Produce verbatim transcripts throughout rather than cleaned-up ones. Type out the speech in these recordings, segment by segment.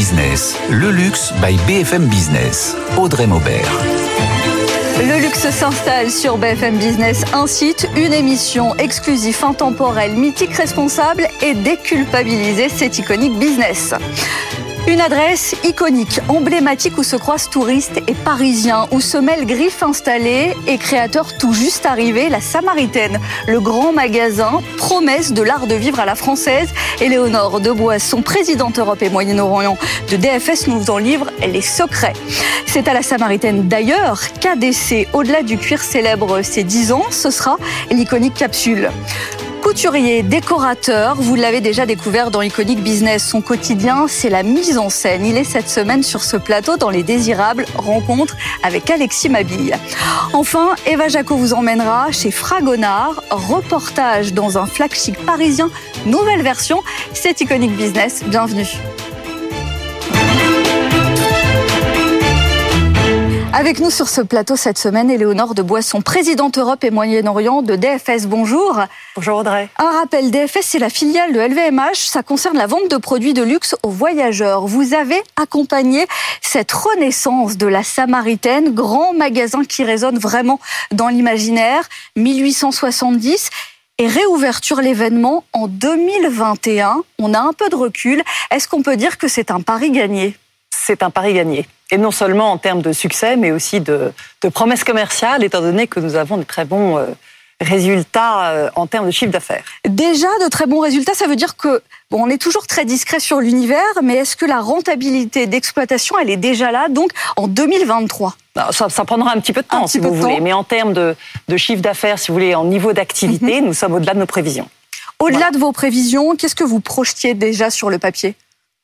Business, le luxe by B F M Business. Audrey Maubert. Le luxe s'installe sur B F M Business, un site, une émission exclusive, intemporelle, mythique, responsable et déculpabilisée. C'est Iconic Business. Une adresse iconique, emblématique où se croisent touristes et parisiens, où se mêlent griffes installées et créateurs tout juste arrivés, la Samaritaine, le grand magasin, promesse de l'art de vivre à la française. Éléonore de Boisson, présidente Europe et Moyen-Orient de D F S, nous en livre les secrets. C'est à la Samaritaine d'ailleurs qu'A D C, au-delà du cuir, célèbre ses dix ans. Ce sera l'iconique capsule. Couturier, décorateur, vous l'avez déjà découvert dans Iconic Business. Son quotidien, c'est la mise en scène. Il est cette semaine sur ce plateau dans Les Désirables, rencontre avec Alexis Mabille. Enfin, Eva Jaco vous emmènera chez Fragonard, reportage dans un flagship parisien, nouvelle version. C'est Iconic Business, bienvenue. Avec nous sur ce plateau cette semaine, Éléonore de Boisson, présidente Europe et Moyen-Orient de D F S. Bonjour. Bonjour Audrey. Un rappel, D F S, c'est la filiale de L V M H. Ça concerne la vente de produits de luxe aux voyageurs. Vous avez accompagné cette renaissance de la Samaritaine, grand magasin qui résonne vraiment dans l'imaginaire, mille huit cent soixante-dix. Et réouverture l'événement en deux mille vingt et un. On a un peu de recul. Est-ce qu'on peut dire que c'est un pari gagné ? C'est un pari gagné. Et non seulement en termes de succès, mais aussi de, de promesses commerciales, étant donné que nous avons de très bons euh, résultats euh, en termes de chiffre d'affaires. Déjà, de très bons résultats, ça veut dire que bon, on est toujours très discret sur l'univers, mais est-ce que la rentabilité d'exploitation, elle est déjà là, donc en deux mille vingt-trois ? Alors, ça, ça prendra un petit peu de temps, un si vous voulez. Mais en termes de, de chiffre d'affaires, si vous voulez, en niveau d'activité, mm-hmm. nous sommes au-delà de nos prévisions. Au-delà voilà. de vos prévisions, qu'est-ce que vous projetiez déjà sur le papier ?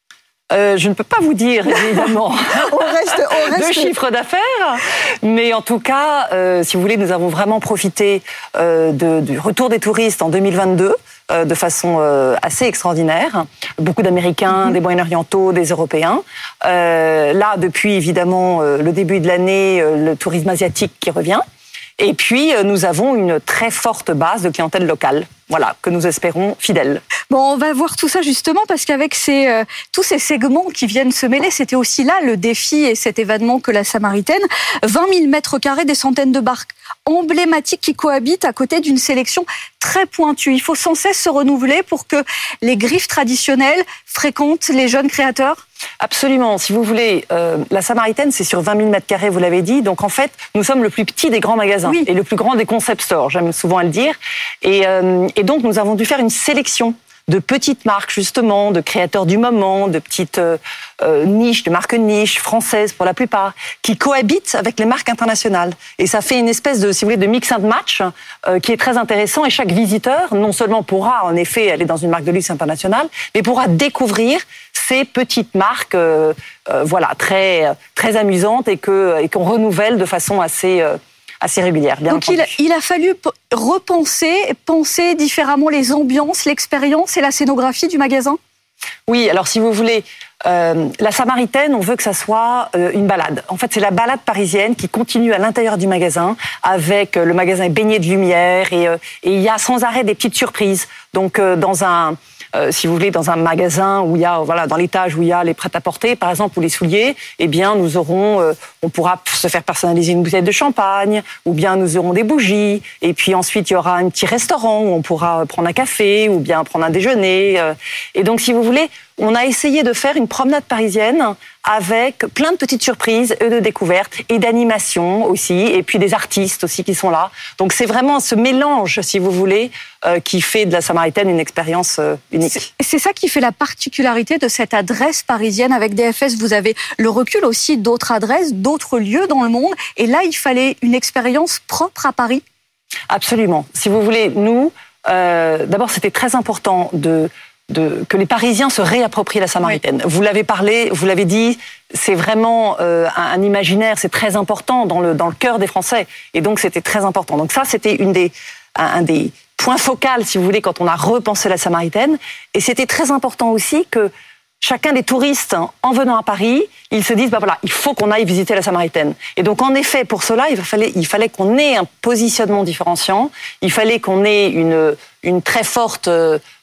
Euh, je ne peux pas vous dire, évidemment, on reste, on reste... de chiffre d'affaires, mais en tout cas, euh, si vous voulez, nous avons vraiment profité euh, de, du retour des touristes en deux mille vingt-deux euh, de façon euh, assez extraordinaire. Beaucoup d'Américains, mm-hmm. des Moyen-Orientaux, des Européens. Euh, là, depuis évidemment euh, le début de l'année, euh, le tourisme asiatique qui revient. Et puis, euh, nous avons une très forte base de clientèle locale. Voilà, que nous espérons fidèle. Bon, on va voir tout ça justement parce qu'avec ces, euh, tous ces segments qui viennent se mêler, c'était aussi là le défi et cet événement que la Samaritaine. vingt mille mètres carrés, des centaines de barques emblématiques qui cohabitent à côté d'une sélection très pointue. Il faut sans cesse se renouveler pour que les griffes traditionnelles fréquentent les jeunes créateurs. Absolument. Si vous voulez, euh, la Samaritaine, c'est sur vingt mille mètres carrés, vous l'avez dit. Donc en fait, nous sommes le plus petit des grands magasins oui. et le plus grand des concept stores, j'aime souvent à le dire. Et, euh, et donc, nous avons dû faire une sélection de petites marques, justement, de créateurs du moment, de petites euh, euh, niches, de marques niches, françaises pour la plupart, qui cohabitent avec les marques internationales. Et ça fait une espèce de, si vous voulez, de mix and match euh, qui est très intéressant. Et chaque visiteur, non seulement pourra, en effet, aller dans une marque de luxe internationale, mais pourra découvrir ces petites marques, euh, euh, voilà, très, très amusantes et que et qu'on renouvelle de façon assez... Euh, assez régulière. Bien Donc il, il a fallu p- repenser, penser différemment les ambiances, l'expérience et la scénographie du magasin ? Oui, alors si vous voulez, euh, la Samaritaine, on veut que ça soit euh, une balade. En fait, c'est la balade parisienne qui continue à l'intérieur du magasin, avec euh, le magasin est baigné de lumière et, euh, et il y a sans arrêt des petites surprises. Donc euh, dans un... Euh, si vous voulez, dans un magasin où il y a, voilà, dans l'étage où il y a les prêt-à-porter, par exemple, ou les souliers, eh bien, nous aurons, euh, on pourra se faire personnaliser une bouteille de champagne, ou bien nous aurons des bougies, et puis ensuite il y aura un petit restaurant où on pourra prendre un café, ou bien prendre un déjeuner. Euh, et donc, si vous voulez, on a essayé de faire une promenade parisienne avec plein de petites surprises et de découvertes et d'animations aussi, et puis des artistes aussi qui sont là. Donc c'est vraiment ce mélange, si vous voulez, euh, qui fait de la Samaritaine une expérience euh, unique. C'est, c'est ça qui fait la particularité de cette adresse parisienne avec D F S. Vous avez le recul aussi d'autres adresses, d'autres lieux dans le monde, et là il fallait une expérience propre à Paris. Absolument. Si vous voulez, nous, euh, d'abord c'était très important de... De, que les Parisiens se réapproprient la Samaritaine. Oui. Vous l'avez parlé, vous l'avez dit, c'est vraiment euh, un, un imaginaire, c'est très important dans le, dans le cœur des Français. Et donc, c'était très important. Donc ça, c'était une des, un, un des points focaux, si vous voulez, quand on a repensé la Samaritaine. Et c'était très important aussi que chacun des touristes, en venant à Paris, ils se disent, bah voilà, il faut qu'on aille visiter la Samaritaine. Et donc, en effet, pour cela, il fallait, il fallait qu'on ait un positionnement différenciant, il fallait qu'on ait une, une très forte, euh,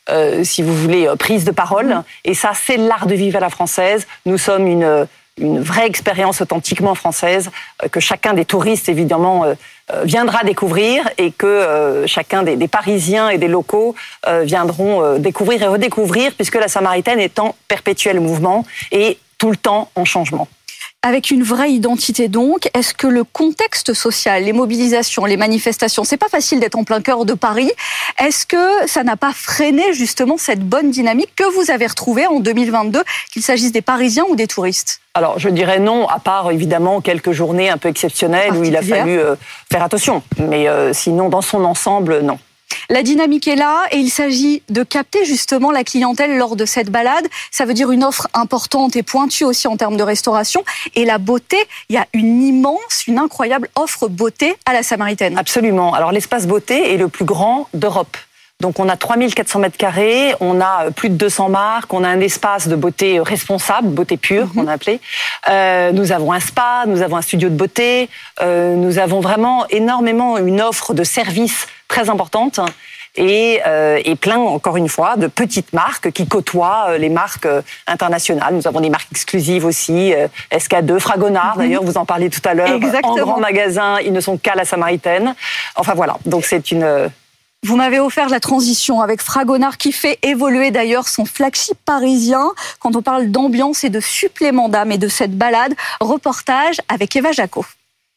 euh, si vous voulez, prise de parole. Mmh. Et ça, c'est l'art de vivre à la française. Nous sommes une, une vraie expérience authentiquement française euh, que chacun des touristes, évidemment, euh, viendra découvrir et que euh, chacun des, des Parisiens et des locaux euh, viendront euh, découvrir et redécouvrir, puisque la Samaritaine est en perpétuel mouvement et tout le temps en changement. Avec une vraie identité donc, est-ce que le contexte social, les mobilisations, les manifestations, c'est pas facile d'être en plein cœur de Paris, est-ce que ça n'a pas freiné justement cette bonne dynamique que vous avez retrouvée en deux mille vingt-deux, qu'il s'agisse des Parisiens ou des touristes ? Alors, je dirais non, à part évidemment quelques journées un peu exceptionnelles où il a fallu euh, faire attention. Mais euh, sinon, dans son ensemble, non. La dynamique est là et il s'agit de capter justement la clientèle lors de cette balade. Ça veut dire une offre importante et pointue aussi en termes de restauration. Et la beauté, il y a une immense, une incroyable offre beauté à la Samaritaine. Absolument. Alors l'espace beauté est le plus grand d'Europe. Donc on a trois mille quatre cents mètres carrés, on a plus de deux cents marques, on a un espace de beauté responsable, beauté pure, mm-hmm. qu'on a appelé. Euh, nous avons un spa, nous avons un studio de beauté, euh, nous avons vraiment énormément une offre de services très importante et, euh, et plein, encore une fois, de petites marques qui côtoient les marques internationales. Nous avons des marques exclusives aussi, euh, S K deux, Fragonard, mm-hmm. d'ailleurs, vous en parliez tout à l'heure. Exactement. En grand magasin, ils ne sont qu'à la Samaritaine. Enfin voilà, donc c'est une... Vous m'avez offert la transition avec Fragonard qui fait évoluer d'ailleurs son flagship parisien. Quand on parle d'ambiance et de supplément d'âme et de cette balade, reportage avec Eva Jaco.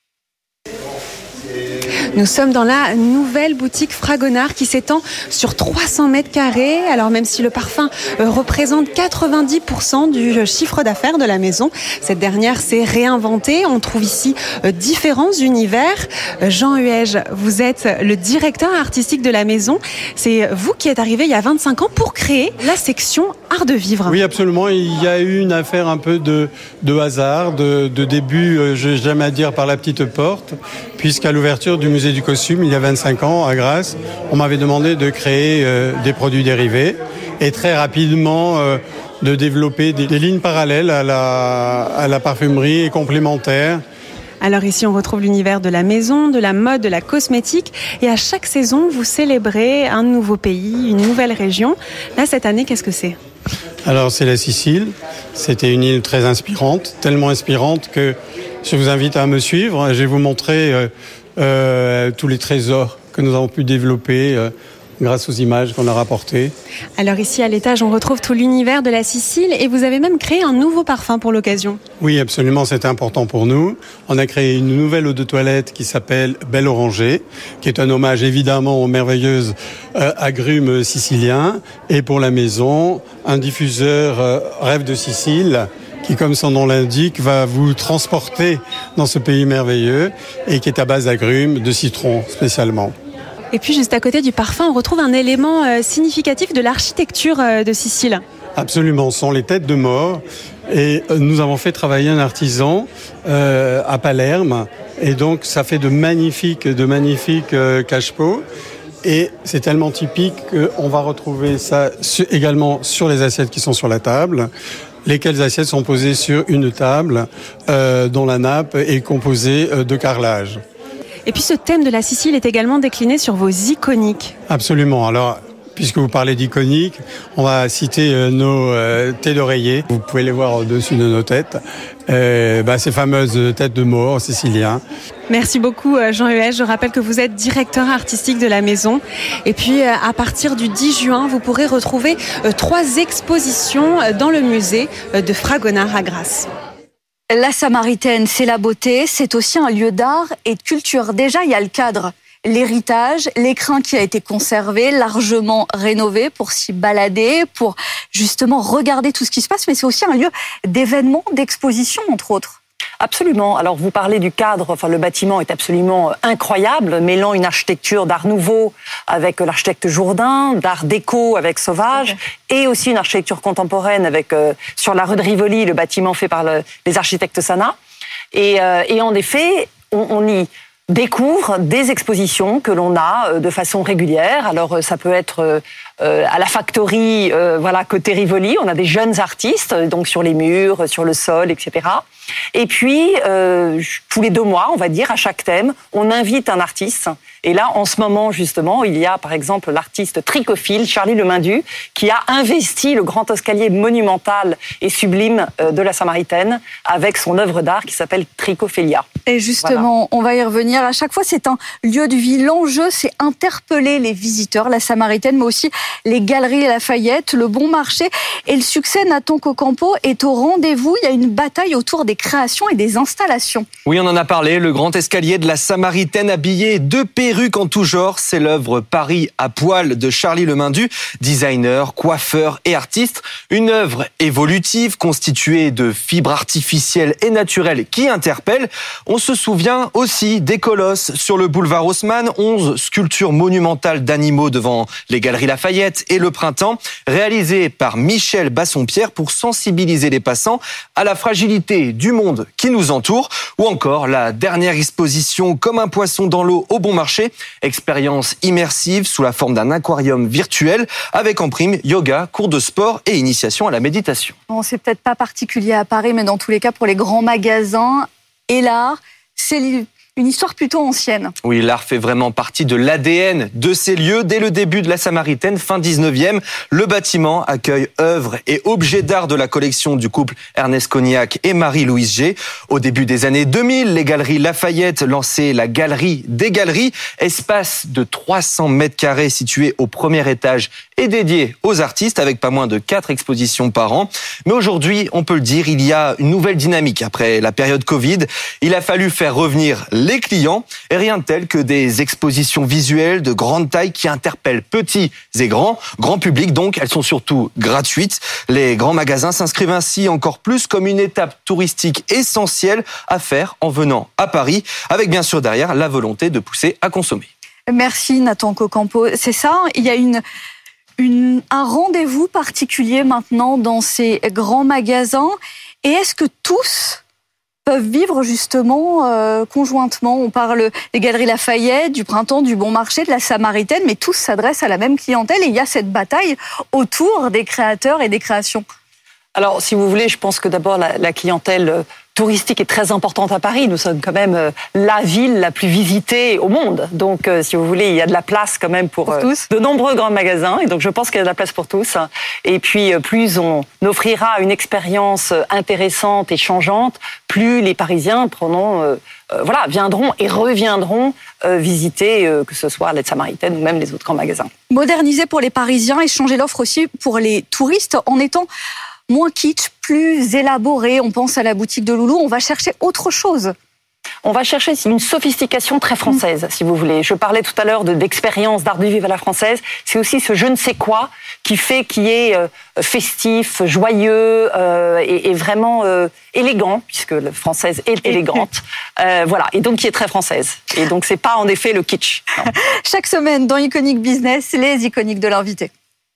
Nous sommes dans la nouvelle boutique Fragonard qui s'étend sur trois cents mètres carrés. Alors même si le parfum représente quatre-vingt-dix pour cent du chiffre d'affaires de la maison, cette dernière s'est réinventée. On trouve ici différents univers. Jean Huège, vous êtes le directeur artistique de la maison. C'est vous qui êtes arrivé il y a vingt-cinq ans pour créer la section Art de Vivre. Oui, absolument. Il y a eu une affaire un peu de, de hasard, de, de début, je j'aime à dire, par la petite porte, puisqu'à l'ouverture du musée du costume, il y a vingt-cinq ans, à Grasse, on m'avait demandé de créer euh, des produits dérivés et très rapidement euh, de développer des, des lignes parallèles à la, à la parfumerie et complémentaires. Alors ici, on retrouve l'univers de la maison, de la mode, de la cosmétique. Et à chaque saison, vous célébrez un nouveau pays, une nouvelle région. Là, cette année, qu'est-ce que c'est ? Alors, c'est la Sicile. C'était une île très inspirante, tellement inspirante que je vous invite à me suivre. Je vais vous montrer euh, euh, tous les trésors que nous avons pu développer euh, grâce aux images qu'on a rapportées. Alors ici, à l'étage, on retrouve tout l'univers de la Sicile et vous avez même créé un nouveau parfum pour l'occasion. Oui, absolument, c'était important pour nous. On a créé une nouvelle eau de toilette qui s'appelle Belle Orangée, qui est un hommage évidemment aux merveilleuses euh, agrumes siciliens. Et pour la maison, un diffuseur euh, Rêve de Sicile, qui, comme son nom l'indique, va vous transporter dans ce pays merveilleux et qui est à base d'agrumes, de citron spécialement. Et puis, juste à côté du parfum, on retrouve un élément euh, significatif de l'architecture euh, de Sicile. Absolument, ce sont les têtes de mort. Et euh, nous avons fait travailler un artisan euh, à Palerme. Et donc, ça fait de magnifiques, de magnifiques euh, cache-pots. Et c'est tellement typique qu'on va retrouver ça su- également sur les assiettes qui sont sur la table. Lesquelles assiettes sont posées sur une table euh, dont la nappe est composée euh, de carrelage. Et puis ce thème de la Sicile est également décliné sur vos iconiques. Absolument. Alors, puisque vous parlez d'iconiques, on va citer euh, nos euh, thés d'oreiller. Vous pouvez les voir au-dessus de nos têtes. Euh, bah, ces fameuses têtes de mort siciliens. Merci beaucoup Jean Huège. Je rappelle que vous êtes directeur artistique de la maison. Et puis à partir du dix juin, vous pourrez retrouver trois expositions dans le musée de Fragonard à Grasse. La Samaritaine, c'est la beauté, c'est aussi un lieu d'art et de culture. Déjà, il y a le cadre, l'héritage, l'écrin qui a été conservé, largement rénové pour s'y balader, pour justement regarder tout ce qui se passe, mais c'est aussi un lieu d'événements, d'exposition, entre autres. Absolument. Alors, vous parlez du cadre. Enfin, le bâtiment est absolument incroyable, mêlant une architecture d'art nouveau avec l'architecte Jourdain, d'art déco avec Sauvage, okay. et aussi une architecture contemporaine avec euh, sur la rue de Rivoli, le bâtiment fait par le, les architectes Sana. Et, euh, et en effet, on, on y découvre des expositions que l'on a de façon régulière. Alors ça peut être euh, à la Factory, euh, voilà, côté Rivoli, on a des jeunes artistes, donc sur les murs, sur le sol, et cetera. Et puis, euh, tous les deux mois, on va dire, à chaque thème, on invite un artiste Et là, en ce moment, justement, il y a par exemple l'artiste tricophile Charlie Lemindu qui a investi le grand escalier monumental et sublime de la Samaritaine avec son œuvre d'art qui s'appelle Tricophilia. Et justement, voilà. On va y revenir. À chaque fois, c'est un lieu de vie. L'enjeu, c'est interpeller les visiteurs, la Samaritaine, mais aussi les galeries Lafayette, le Bon Marché. Et le succès Nathan Cocampo est au rendez-vous. Il y a une bataille autour des créations et des installations. Oui, on en a parlé. Le grand escalier de la Samaritaine habillé de perruques en tout genre. C'est l'œuvre Paris à poil de Charlie Lemindu, designer, coiffeur et artiste. Une œuvre évolutive constituée de fibres artificielles et naturelles qui interpelle. On se souvient aussi des colosses sur le boulevard Haussmann, onze sculptures monumentales d'animaux devant les galeries Lafayette et le Printemps, réalisées par Michel Bassompierre pour sensibiliser les passants à la fragilité du monde qui nous entoure, ou encore la dernière exposition Comme un poisson dans l'eau au Bon Marché, expérience immersive sous la forme d'un aquarium virtuel avec en prime yoga, cours de sport et initiation à la méditation. Bon, c'est peut-être pas particulier à Paris, mais dans tous les cas pour les grands magasins et l'art, c'est une histoire plutôt ancienne. Oui, l'art fait vraiment partie de l'A D N de ces lieux. Dès le début de la Samaritaine, fin dix-neuvième, le bâtiment accueille œuvres et objets d'art de la collection du couple Ernest Cognac et Marie-Louise G. Au début des années deux mille, les galeries Lafayette lançaient la Galerie des Galeries, espace de trois cents mètres carrés situé au premier étage et dédié aux artistes avec pas moins de quatre expositions par an. Mais aujourd'hui, on peut le dire, il y a une nouvelle dynamique après la période Covid. Il a fallu faire revenir les clients et rien de tel que des expositions visuelles de grande taille qui interpellent petits et grands, grand public donc. Elles sont surtout gratuites. Les grands magasins s'inscrivent ainsi encore plus comme une étape touristique essentielle à faire en venant à Paris, avec bien sûr derrière la volonté de pousser à consommer. Merci Nathan Cocampo. C'est ça, il y a une, une, un rendez-vous particulier maintenant dans ces grands magasins. Et est-ce que tous peuvent vivre justement euh, conjointement? On parle des Galeries Lafayette, du Printemps, du Bon Marché, de la Samaritaine, mais tous s'adressent à la même clientèle et il y a cette bataille autour des créateurs et des créations. Alors, si vous voulez, je pense que d'abord la, la clientèle touristique est très importante à Paris. Nous sommes quand même euh, la ville la plus visitée au monde. Donc, euh, si vous voulez, il y a de la place quand même pour, pour euh, de nombreux grands magasins. Et donc, je pense qu'il y a de la place pour tous. Et puis, euh, plus on offrira une expérience intéressante et changeante, plus les Parisiens prendront, euh, euh, voilà, viendront et reviendront euh, visiter, euh, que ce soit la Samaritaine ou même les autres grands magasins. Moderniser pour les Parisiens et changer l'offre aussi pour les touristes en étant moins kitsch, plus élaboré. On pense à la boutique de Loulou, on va chercher autre chose. On va chercher une sophistication très française, mmh. si vous voulez. Je parlais tout à l'heure de, d'expérience d'art de vivre à la française. C'est aussi ce je ne sais quoi qui fait qui est euh, festif, joyeux euh, et, et vraiment euh, élégant, puisque la française est élégante. Euh, voilà, et donc qui est très française. Et donc c'est pas en effet le kitsch. Chaque semaine dans Iconic Business, les iconiques de l'invité.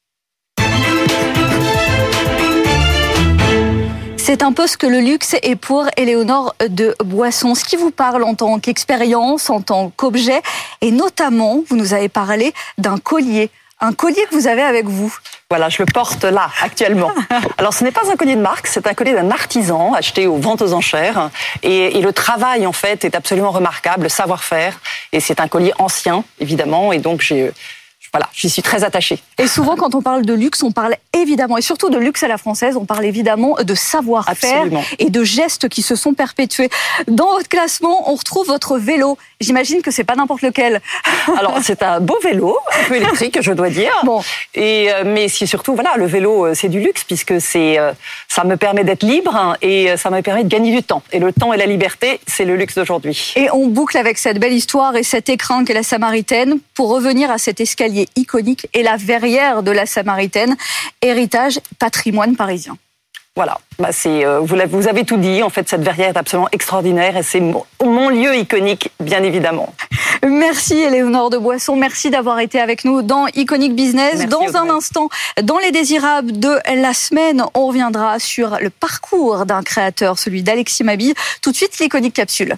C'est un peu ce que le luxe est pour Éléonore de Boisson. Ce qui vous parle en tant qu'expérience, en tant qu'objet, et notamment, vous nous avez parlé d'un collier. Un collier que vous avez avec vous. Voilà, je le porte là, actuellement. Alors, ce n'est pas un collier de marque, c'est un collier d'un artisan acheté aux ventes aux enchères. Et, et le travail, en fait, est absolument remarquable, le savoir-faire. Et c'est un collier ancien, évidemment. Et donc, j'ai... Voilà, j'y suis très attachée. Et souvent, quand on parle de luxe, on parle évidemment, et surtout de luxe à la française, on parle évidemment de savoir-faire Absolument. Et de gestes qui se sont perpétués. Dans votre classement, on retrouve votre vélo. J'imagine que c'est pas n'importe lequel. Alors, c'est un beau vélo, un peu électrique, je dois dire. Bon. Et, euh, mais c'est surtout, voilà, le vélo, c'est du luxe, puisque c'est, euh, ça me permet d'être libre hein, et ça me permet de gagner du temps. Et le temps et la liberté, c'est le luxe d'aujourd'hui. Et on boucle avec cette belle histoire et cet écrin qu'est la Samaritaine pour revenir à cet escalier iconique et la verrière de la Samaritaine, héritage patrimoine parisien. Voilà, bah c'est, euh, vous, vous avez tout dit. En fait, cette verrière est absolument extraordinaire et c'est mon, mon lieu iconique, bien évidemment. Merci Éléonore de Boisson, merci d'avoir été avec nous dans Iconic Business. Merci dans un instant, dans les désirables de la semaine, on reviendra sur le parcours d'un créateur, celui d'Alexis Mabille. Tout de suite, l'Iconic Capsule.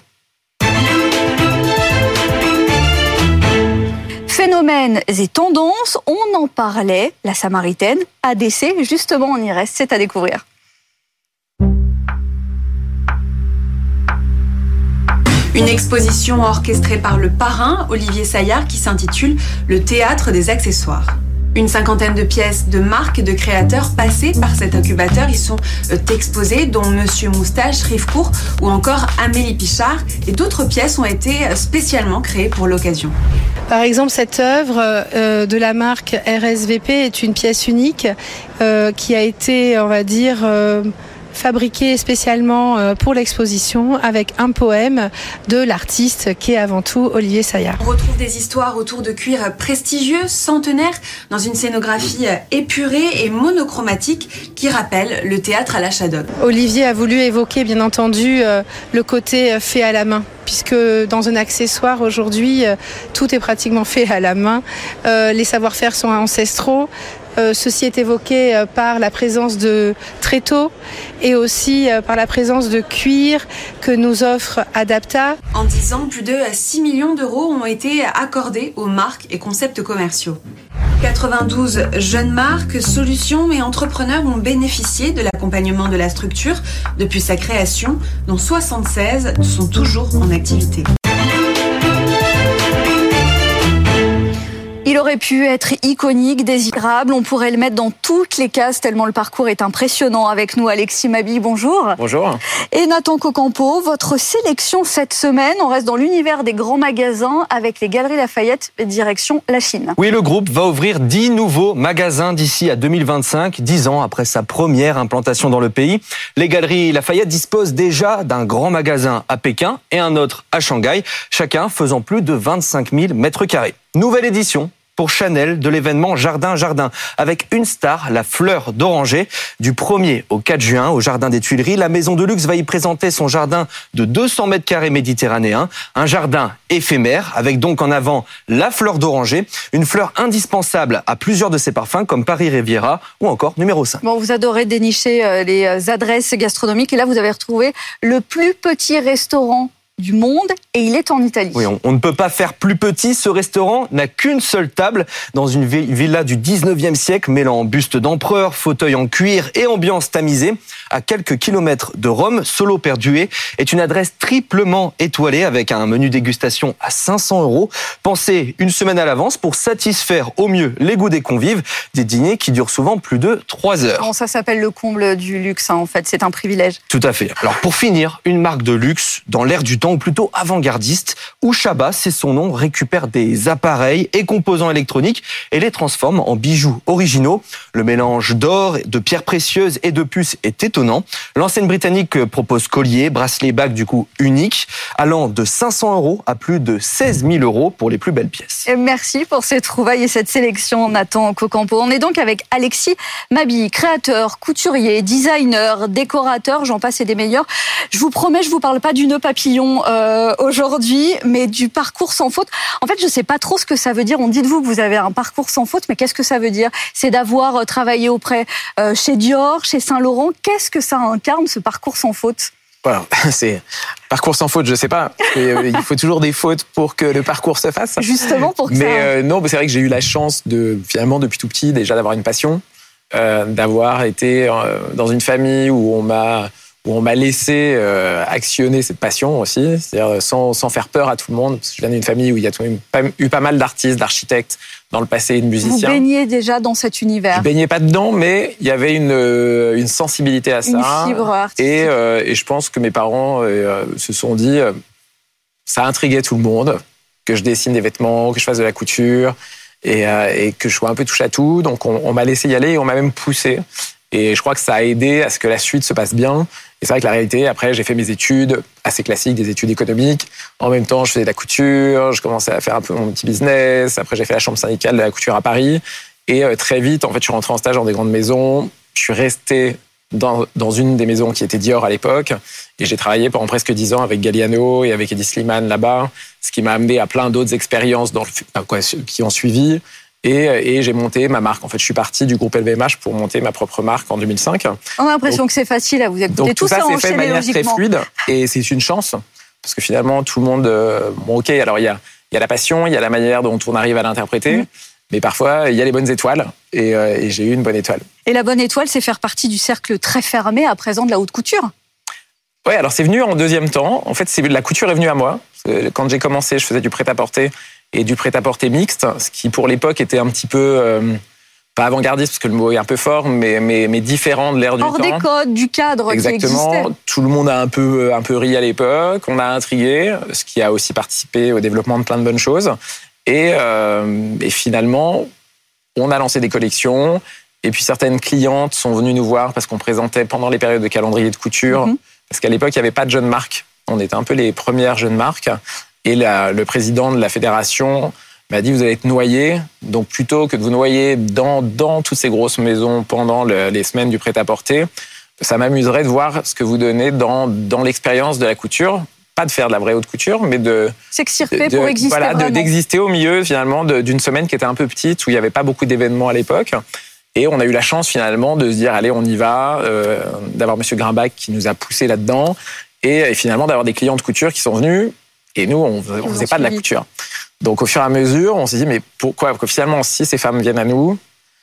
Phénomènes et tendances, on en parlait, la Samaritaine, A D C, justement on y reste, c'est à découvrir. Une exposition orchestrée par le parrain, Olivier Saillard, qui s'intitule « Le théâtre des accessoires ». Une cinquantaine de pièces de marques et de créateurs passés par cet incubateur y sont exposées, dont Monsieur Moustache, Rivecourt ou encore Amélie Pichard. Et d'autres pièces ont été spécialement créées pour l'occasion. Par exemple, cette œuvre euh, de la marque R S V P est une pièce unique euh, qui a été, on va dire, euh, fabriquée spécialement pour l'exposition avec un poème de l'artiste qui est avant tout Olivier Saillard. On retrouve des histoires autour de cuir prestigieux, centenaires, dans une scénographie épurée et monochromatique qui rappelle le théâtre à la Shadowg. Olivier a voulu évoquer, bien entendu, le côté fait à la main, puisque dans un accessoire aujourd'hui, tout est pratiquement fait à la main. Euh, les savoir-faire sont ancestraux. Euh, ceci est évoqué euh, par la présence de tréteaux et aussi euh, par la présence de cuir que nous offre Adapta. En dix ans, plus de six millions d'euros ont été accordés aux marques et concepts commerciaux. quatre-vingt-douze jeunes marques, solutions et entrepreneurs ont bénéficié de l'accompagnement de la structure depuis sa création, dont soixante-seize sont toujours en activité. Il aurait pu être iconique, désirable, on pourrait le mettre dans toutes les cases tellement le parcours est impressionnant. Avec nous, Alexis Mabille, bonjour. Bonjour. Et Nathan Cocampo, votre sélection cette semaine, on reste dans l'univers des grands magasins avec les Galeries Lafayette, direction la Chine. Oui, le groupe va ouvrir dix nouveaux magasins d'ici à deux mille vingt-cinq, dix ans après sa première implantation dans le pays. Les Galeries Lafayette disposent déjà d'un grand magasin à Pékin et un autre à Shanghai, chacun faisant plus de vingt-cinq mille mètres carrés. Nouvelle édition pour Chanel de l'événement Jardin Jardin, avec une star, la fleur d'oranger. Du premier au quatre juin, au Jardin des Tuileries, la maison de luxe va y présenter son jardin de deux cents mètres carrés méditerranéen, un jardin éphémère, avec donc en avant la fleur d'oranger, une fleur indispensable à plusieurs de ses parfums, comme Paris Riviera ou encore numéro cinq. Bon, vous adorez dénicher les adresses gastronomiques, et là vous avez retrouvé le plus petit restaurant du monde, et il est en Italie. Oui, on, on ne peut pas faire plus petit. Ce restaurant n'a qu'une seule table dans une villa du dix-neuvième siècle, mêlant buste d'empereur, fauteuil en cuir et ambiance tamisée. À quelques kilomètres de Rome, Solo Perdué est une adresse triplement étoilée avec un menu dégustation à cinq cents euros. Pensez une semaine à l'avance pour satisfaire au mieux les goûts des convives. Des dîners qui durent souvent plus de trois heures. Bon, ça s'appelle le comble du luxe, hein, en fait. C'est un privilège. Tout à fait. Alors, pour finir, une marque de luxe dans l'air du temps, ou plutôt avant-gardiste, où Ushaba, c'est son nom, récupère des appareils et composants électroniques et les transforme en bijoux originaux. Le mélange d'or, de pierres précieuses et de puces est étonnant. L'enseigne britannique propose colliers, bracelets, bagues du coup uniques, allant de cinq cents euros à plus de seize mille euros pour les plus belles pièces. Et merci pour ces trouvailles et cette sélection, Nathan Cocampo. On est donc avec Alexis Mabille, créateur, couturier, designer, décorateur, j'en passe et des meilleurs. Je vous promets, je vous parle pas du nœud papillon euh, aujourd'hui, mais du parcours sans faute. En fait, je sais pas trop ce que ça veut dire. On dit de vous que vous avez un parcours sans faute, mais qu'est-ce que ça veut dire? C'est d'avoir travaillé auprès euh, chez Dior, chez Saint-Laurent. Qu'est-ce que ça incarne, ce parcours sans faute? Voilà, c'est parcours sans faute, je sais pas. Il faut toujours des fautes pour que le parcours se fasse. Justement pour que mais ça... euh, non, c'est vrai que j'ai eu la chance de, finalement, depuis tout petit, déjà d'avoir une passion, euh, d'avoir été euh, dans une famille où on m'a où on m'a laissé euh, actionner cette passion aussi, c'est-à-dire sans, sans faire peur à tout le monde, parce que je viens d'une famille où il y a tout même pas, eu pas mal d'artistes, d'architectes dans le passé et de musiciens. Vous baignez déjà dans cet univers. Je baignais pas dedans, mais il y avait une, une sensibilité à ça. Une fibre artistique. Et, euh, et je pense que mes parents euh, se sont dit, euh, ça intriguait tout le monde, que je dessine des vêtements, que je fasse de la couture, et, euh, et que je sois un peu touche à tout. Donc on, on m'a laissé y aller et on m'a même poussé. Et je crois que ça a aidé à ce que la suite se passe bien. Et c'est vrai que la réalité, après, j'ai fait mes études assez classiques, des études économiques. En même temps, je faisais de la couture, je commençais à faire un peu mon petit business. Après, j'ai fait la chambre syndicale de la couture à Paris. Et euh, très vite, en fait, je suis rentré en stage dans des grandes maisons. Je suis resté dans, dans une des maisons qui était Dior à l'époque. Et j'ai travaillé pendant presque dix ans avec Galliano et avec Eddie Slimane là-bas. Ce qui m'a amené à plein d'autres expériences dans le, quoi, qui ont suivi. Et, et j'ai monté ma marque. En fait, je suis parti du groupe L V M H pour monter ma propre marque en deux mille cinq. On a l'impression donc, que c'est facile à vous écouter. Donc, tout, tout ça, ça c'est fait de manière très fluide. Et c'est une chance. Parce que finalement, tout le monde... Bon, OK, alors il y a, il y a la passion, il y a la manière dont on arrive à l'interpréter. Mmh. Mais parfois, il y a les bonnes étoiles. Et, euh, et j'ai eu une bonne étoile. Et la bonne étoile, c'est faire partie du cercle très fermé à présent de la haute couture. Ouais, alors c'est venu en deuxième temps. En fait, c'est, la couture est venue à moi. Quand j'ai commencé, je faisais du prêt-à-porter et du prêt-à-porter mixte, ce qui pour l'époque était un petit peu, euh, pas avant-gardiste parce que le mot est un peu fort, mais, mais, mais différent de l'ère du temps. Hors des codes, du cadre Exactement. qui existait. Tout le monde a un peu, un peu ri à l'époque, on a intrigué, ce qui a aussi participé au développement de plein de bonnes choses. Et, euh, et finalement, on a lancé des collections. Et puis certaines clientes sont venues nous voir parce qu'on présentait pendant les périodes de calendrier de couture. Mm-hmm. Parce qu'à l'époque, il n'y avait pas de jeunes marques. On était un peu les premières jeunes marques. Et la, le président de la fédération m'a dit, vous allez être noyés. Donc plutôt que de vous noyer dans, dans toutes ces grosses maisons pendant le, les semaines du prêt-à-porter, ça m'amuserait de voir ce que vous donnez dans, dans l'expérience de la couture. Pas de faire de la vraie haute couture, mais de... s'extirper pour exister voilà, vraiment. De, d'exister au milieu, finalement, de, d'une semaine qui était un peu petite, où il n'y avait pas beaucoup d'événements à l'époque. Et on a eu la chance, finalement, de se dire, allez, on y va, euh, d'avoir Monsieur Grimbach qui nous a poussé là-dedans, et, et finalement d'avoir des clients de couture qui sont venus, et nous, on ne faisait pas de la couture. Donc, au fur et à mesure, on s'est dit, mais pourquoi ? Parce que finalement, si ces femmes viennent à nous,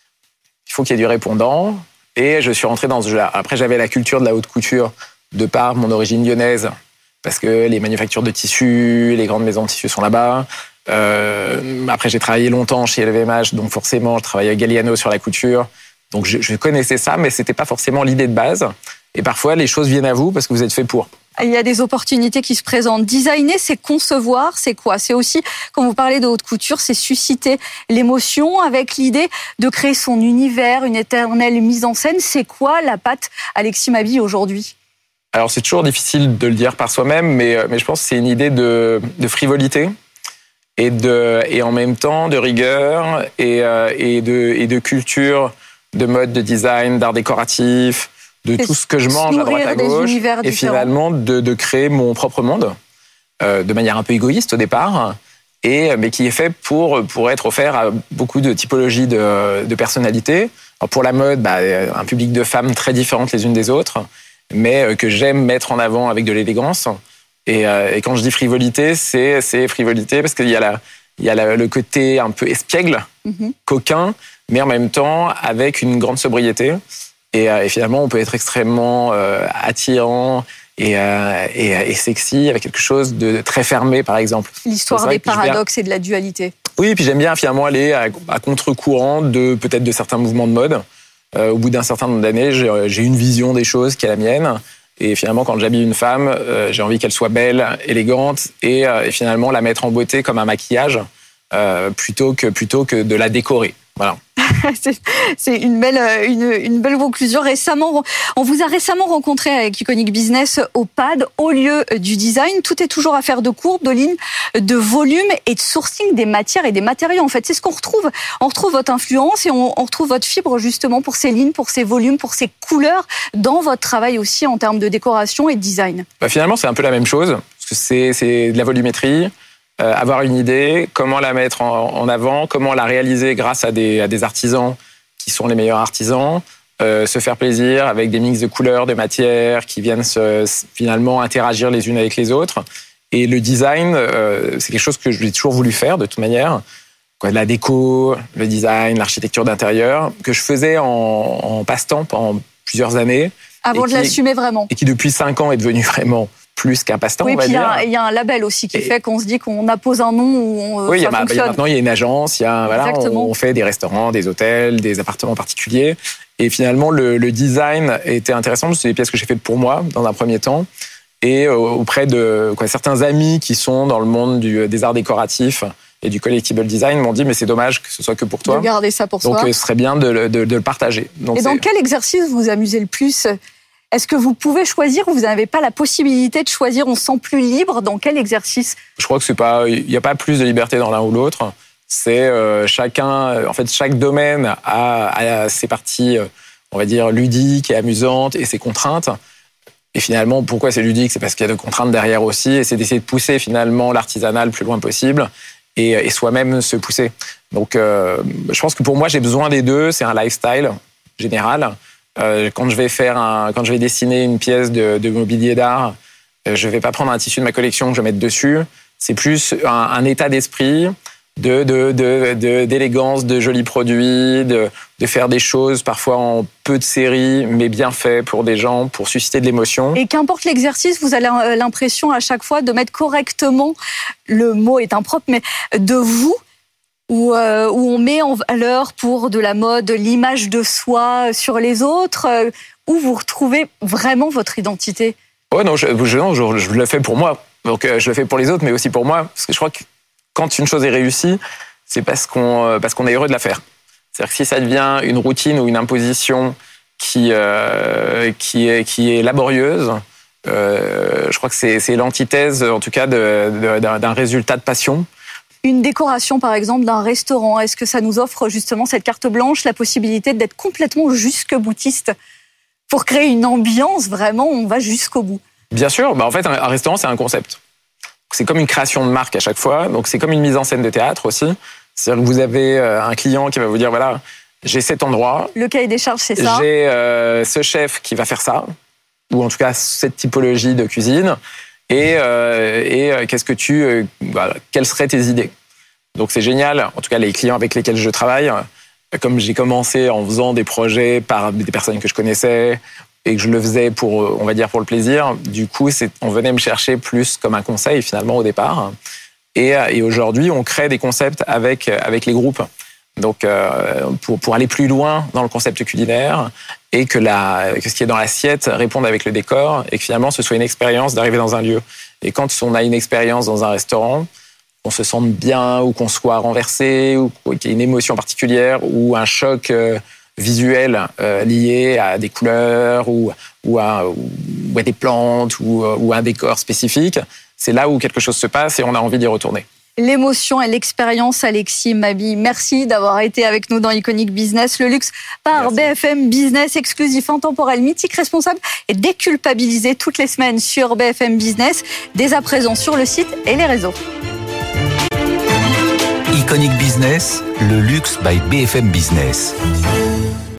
il faut qu'il y ait du répondant. Et je suis rentré dans ce jeu-là. Après, j'avais la culture de la haute couture, de par mon origine lyonnaise, parce que les manufactures de tissus, les grandes maisons de tissus sont là-bas. Euh, après, j'ai travaillé longtemps chez L V M H, donc forcément, je travaillais à Galliano sur la couture. Donc, je, je connaissais ça, mais c'était pas forcément l'idée de base. Et parfois, les choses viennent à vous parce que vous êtes fait pour. Il y a des opportunités qui se présentent. Designer, c'est concevoir, c'est quoi ? C'est aussi, quand vous parlez de haute couture, c'est susciter l'émotion avec l'idée de créer son univers, une éternelle mise en scène. C'est quoi la patte Alexis Mabille aujourd'hui ? Alors, c'est toujours difficile de le dire par soi-même, mais, mais je pense que c'est une idée de, de frivolité et, de, et en même temps de rigueur et, et, de, et de culture, de mode, de design, d'art décoratif, de tout ce que je mange à droite à gauche, et finalement de, de créer mon propre monde, euh, de manière un peu égoïste au départ, et, mais qui est fait pour, pour être offert à beaucoup de typologies de, de personnalités. Alors pour la mode, bah, un public de femmes très différentes les unes des autres, mais que j'aime mettre en avant avec de l'élégance. Et, euh, et quand je dis frivolité, c'est, c'est frivolité parce qu'il y a, la, il y a la, le côté un peu espiègle, mm-hmm. coquin, mais en même temps avec une grande sobriété. Et, euh, et finalement, on peut être extrêmement euh, attirant et, euh, et, et sexy avec quelque chose de très fermé, par exemple. L'histoire des paradoxes et de la dualité. Oui, et puis j'aime bien finalement aller à, à contre-courant de peut-être de certains mouvements de mode. Euh, au bout d'un certain nombre d'années, j'ai, j'ai une vision des choses qui est la mienne. Et finalement, quand j'habille une femme, euh, j'ai envie qu'elle soit belle, élégante, et, euh, et finalement la mettre en beauté comme un maquillage, euh, plutôt que plutôt que de la décorer. Voilà. c'est, c'est une belle une, une belle conclusion. Récemment, on vous a récemment rencontré avec Iconic Business au P A D, au lieu du design. Tout est toujours affaire de courbe, de ligne, de volume et de sourcing des matières et des matériaux. En fait, c'est ce qu'on retrouve. On retrouve votre influence et on, on retrouve votre fibre justement pour ces lignes, pour ces volumes, pour ces couleurs dans votre travail aussi en termes de décoration et de design. Bah finalement, c'est un peu la même chose. Parce que c'est, c'est de la volumétrie. Euh, avoir une idée, comment la mettre en, en avant, comment la réaliser grâce à des, à des artisans qui sont les meilleurs artisans, euh, se faire plaisir avec des mix de couleurs, de matières qui viennent se, finalement interagir les unes avec les autres. Et le design, euh, c'est quelque chose que j'ai toujours voulu faire de toute manière. Quoi, la déco, le design, l'architecture d'intérieur, que je faisais en, en passe-temps pendant plusieurs années. Avant de qui, l'assumer vraiment. Et qui depuis cinq ans est devenu vraiment plus qu'un passe-temps, oui, on va puis dire. Il y, y a un label aussi qui et... fait qu'on se dit qu'on appose un nom où on, oui, ça y a, fonctionne. Y a, maintenant, il y a une agence, y a, voilà, on, on fait des restaurants, des hôtels, des appartements particuliers. Et finalement, le, le design était intéressant parce que c'est des pièces que j'ai faites pour moi, dans un premier temps, et auprès de quoi, certains amis qui sont dans le monde du, des arts décoratifs et du collectible design m'ont dit mais c'est dommage que ce soit que pour toi. De garder ça pour Donc, soi. Donc, ce serait bien de, de, de le partager. Donc, et dans c'est... quel exercice vous vous amusez le plus ? Est-ce que vous pouvez choisir ou vous n'avez pas la possibilité de choisir ? On se sent plus libre dans quel exercice ? Je crois que c'est pas, il n'y a pas plus de liberté dans l'un ou l'autre. C'est euh, chacun, en fait, chaque domaine a, a ses parties, on va dire, ludiques et amusantes et ses contraintes. Et finalement, pourquoi c'est ludique ? C'est parce qu'il y a de contraintes derrière aussi, et c'est d'essayer de pousser finalement l'artisanat le plus loin possible et, et soi-même se pousser. Donc, euh, je pense que pour moi, j'ai besoin des deux. C'est un lifestyle général. Euh, quand je vais faire un, quand je vais dessiner une pièce de, de mobilier d'art, euh, je vais pas prendre un tissu de ma collection que je vais mettre dessus. C'est plus un, un état d'esprit de, de, de, de, d'élégance, de jolis produits, de, de faire des choses parfois en peu de séries, mais bien fait pour des gens, pour susciter de l'émotion. Et qu'importe l'exercice, vous avez l'impression à chaque fois de mettre correctement, le mot est impropre, mais de vous, où, euh, où on met en valeur pour de la mode l'image de soi sur les autres, euh, où vous retrouvez vraiment votre identité. Ouais, non, je, je, non, je, je le fais pour moi. Donc, euh, je le fais pour les autres, mais aussi pour moi, parce que je crois que quand une chose est réussie, c'est parce qu'on parce qu'on est heureux de la faire. C'est-à-dire que si ça devient une routine ou une imposition qui euh, qui est qui est laborieuse, euh, je crois que c'est c'est l'antithèse, en tout cas, de, de, d'un, d'un résultat de passion. Une décoration, par exemple, d'un restaurant, est-ce que ça nous offre justement cette carte blanche, la possibilité d'être complètement jusque-boutiste pour créer une ambiance vraiment où on va jusqu'au bout? Bien sûr, bah en fait, un, un restaurant, c'est un concept. C'est comme une création de marque à chaque fois, donc c'est comme une mise en scène de théâtre aussi. C'est-à-dire que vous avez un client qui va vous dire, voilà, j'ai cet endroit. Le cahier des charges, c'est ça. J'ai euh, ce chef qui va faire ça, ou en tout cas cette typologie de cuisine. Et, euh, et euh, qu'est-ce que tu, euh, voilà, quelles seraient tes idées? Donc c'est génial. En tout cas, les clients avec lesquels je travaille, comme j'ai commencé en faisant des projets par des personnes que je connaissais et que je le faisais pour, on va dire, pour le plaisir, du coup, c'est, on venait me chercher plus comme un conseil finalement au départ. Et, et aujourd'hui, on crée des concepts avec avec les groupes. Donc, euh, pour pour aller plus loin dans le concept culinaire et que la que ce qui est dans l'assiette réponde avec le décor et que finalement ce soit une expérience d'arriver dans un lieu. Et quand on a une expérience dans un restaurant, qu'on se sente bien ou qu'on soit renversé ou qu'il y ait une émotion particulière ou un choc euh, visuel euh, lié à des couleurs ou ou à, ou à des plantes ou, ou à un décor spécifique, c'est là où quelque chose se passe et on a envie d'y retourner. L'émotion et l'expérience, Alexis Mabi. Merci d'avoir été avec nous dans Iconic Business. Le luxe par Merci. B F M Business, exclusif, intemporel, mythique, responsable et déculpabilisé toutes les semaines sur B F M Business, dès à présent sur le site et les réseaux. Iconic Business, le luxe by B F M Business.